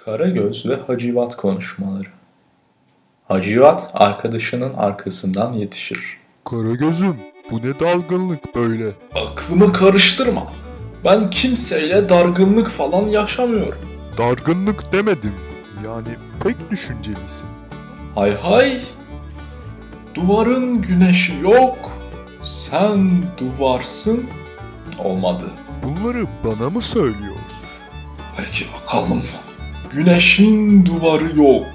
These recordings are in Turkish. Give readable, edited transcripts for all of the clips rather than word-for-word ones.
Karagöz ve Hacivat konuşmaları. Hacivat arkadaşının arkasından yetişir. Karagöz'üm, bu ne dalgınlık böyle? Aklımı karıştırma. Ben kimseyle dargınlık falan yaşamıyorum. Dargınlık demedim. Yani pek düşüncelisin. Hay hay. Duvarın güneşi yok. Sen duvarsın. Olmadı. Bunları bana mı söylüyorsun? Peki bakalım. Güneşin duvarı yok.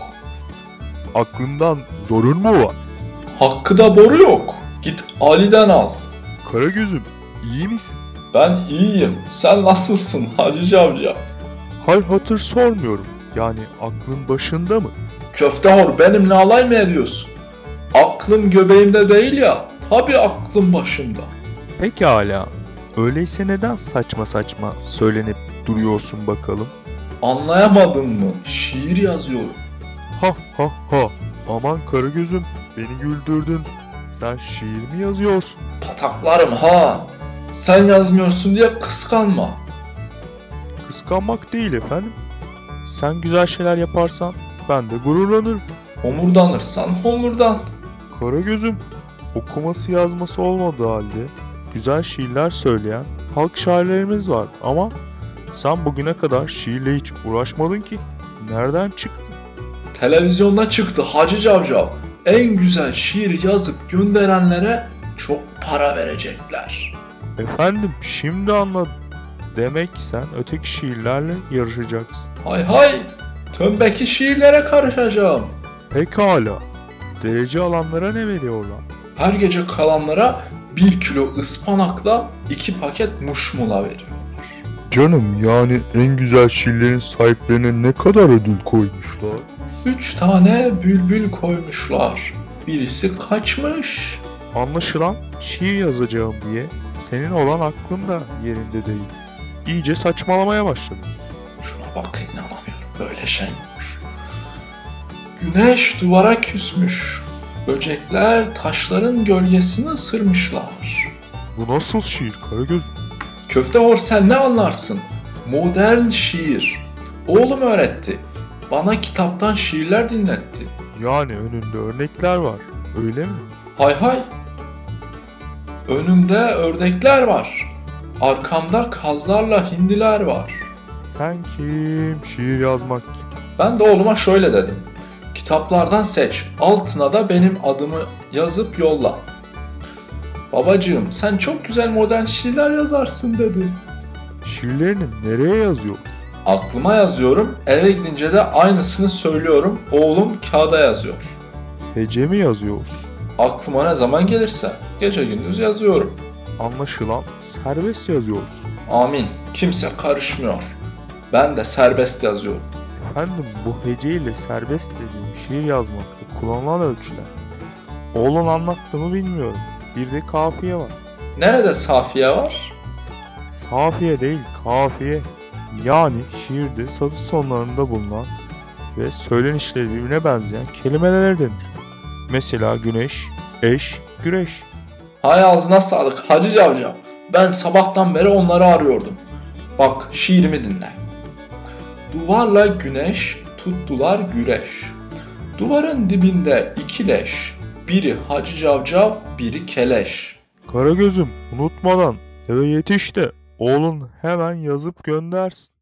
Aklından zorun mu var? Hakkıda boru yok. Git Ali'den al. Karagöz'üm, iyi misin? Ben iyiyim. Sen nasılsın Hacı Cavcav? Hal hatır sormuyorum. Yani aklın başında mı? Köftehor benimle alay mı ediyorsun? Aklım göbeğimde değil ya. Tabii aklım başımda. Pekala. Öyleyse neden saçma saçma söylenip duruyorsun bakalım? Anlayamadın mı? Şiir yazıyorum. Ha ha ha. Aman Karagöz'üm, beni güldürdün. Sen şiir mi yazıyorsun? Pataklarım ha. Sen yazmıyorsun diye kıskanma. Kıskanmak değil efendim. Sen güzel şeyler yaparsan ben de gururlanırım. Homurdanırsan homurdan. Karagöz'üm, okuması yazması olmadığı halde güzel şiirler söyleyen halk şairlerimiz var ama sen bugüne kadar şiirle hiç uğraşmadın ki. Nereden çıktı? Televizyonda çıktı Hacı Cavcav. En güzel şiir yazıp gönderenlere çok para verecekler. Efendim, şimdi anladım. Demek sen öteki şiirlerle yarışacaksın. Hay hay. Tömbeki şiirlere karışacağım. Pekala. Derece alanlara ne veriyorlar? Her gece kalanlara 1 kilo ıspanakla 2 paket muşmula veriyor. Canım, yani en güzel şiirlerin sahiplerine ne kadar ödül koymuşlar? 3 tane bülbül koymuşlar. Birisi kaçmış. Anlaşılan şiir yazacağım diye senin olan aklın da yerinde değil. İyice saçmalamaya başladın. Şuna bak, inanamıyorum. Böyle şey mi olur? Güneş duvara küsmüş. Böcekler taşların gölgesini ısırmışlar. Bu nasıl şiir Karagöz? Köftehor, sen ne anlarsın? Modern şiir. Oğlum öğretti. Bana kitaptan şiirler dinletti. Yani önünde örnekler var, öyle mi? Hay hay. Önümde ördekler var. Arkamda kazlarla hindiler var. Sen kim? Şiir yazmak kim? Ben de oğluma şöyle dedim. Kitaplardan seç, altına da benim adımı yazıp yolla. Babacığım, sen çok güzel modern şiirler yazarsın dedi. Şiirlerini nereye yazıyorsun? Aklıma yazıyorum, eve gidince de aynısını söylüyorum, oğlum kağıda yazıyor. Hece mi yazıyorsun? Aklıma ne zaman gelirse, gece gündüz yazıyorum. Anlaşılan serbest yazıyorsun. Amin, kimse karışmıyor. Ben de serbest yazıyorum. Efendim, bu heceyle serbest dediğim şiir yazmakta kullanılan ölçüler. Oğlun anlattı mı bilmiyorum. Bir de kafiye var. Nerede Safiye var? Safiye değil, kafiye. Yani şiirde satır sonlarında bulunan ve söylenişleri birbirine benzeyen kelimeler denir. Mesela güneş, eş, güreş. Hay ağzına sağlık Hacı Cavcav. Ben sabahtan beri onları arıyordum. Bak, şiirimi dinle. Duvarla güneş tuttular güreş. Duvarın dibinde iki leş. Biri Hacı Cavcav, biri keleş. Karagöz'üm, unutmadan eve yetiş de oğlun hemen yazıp göndersin.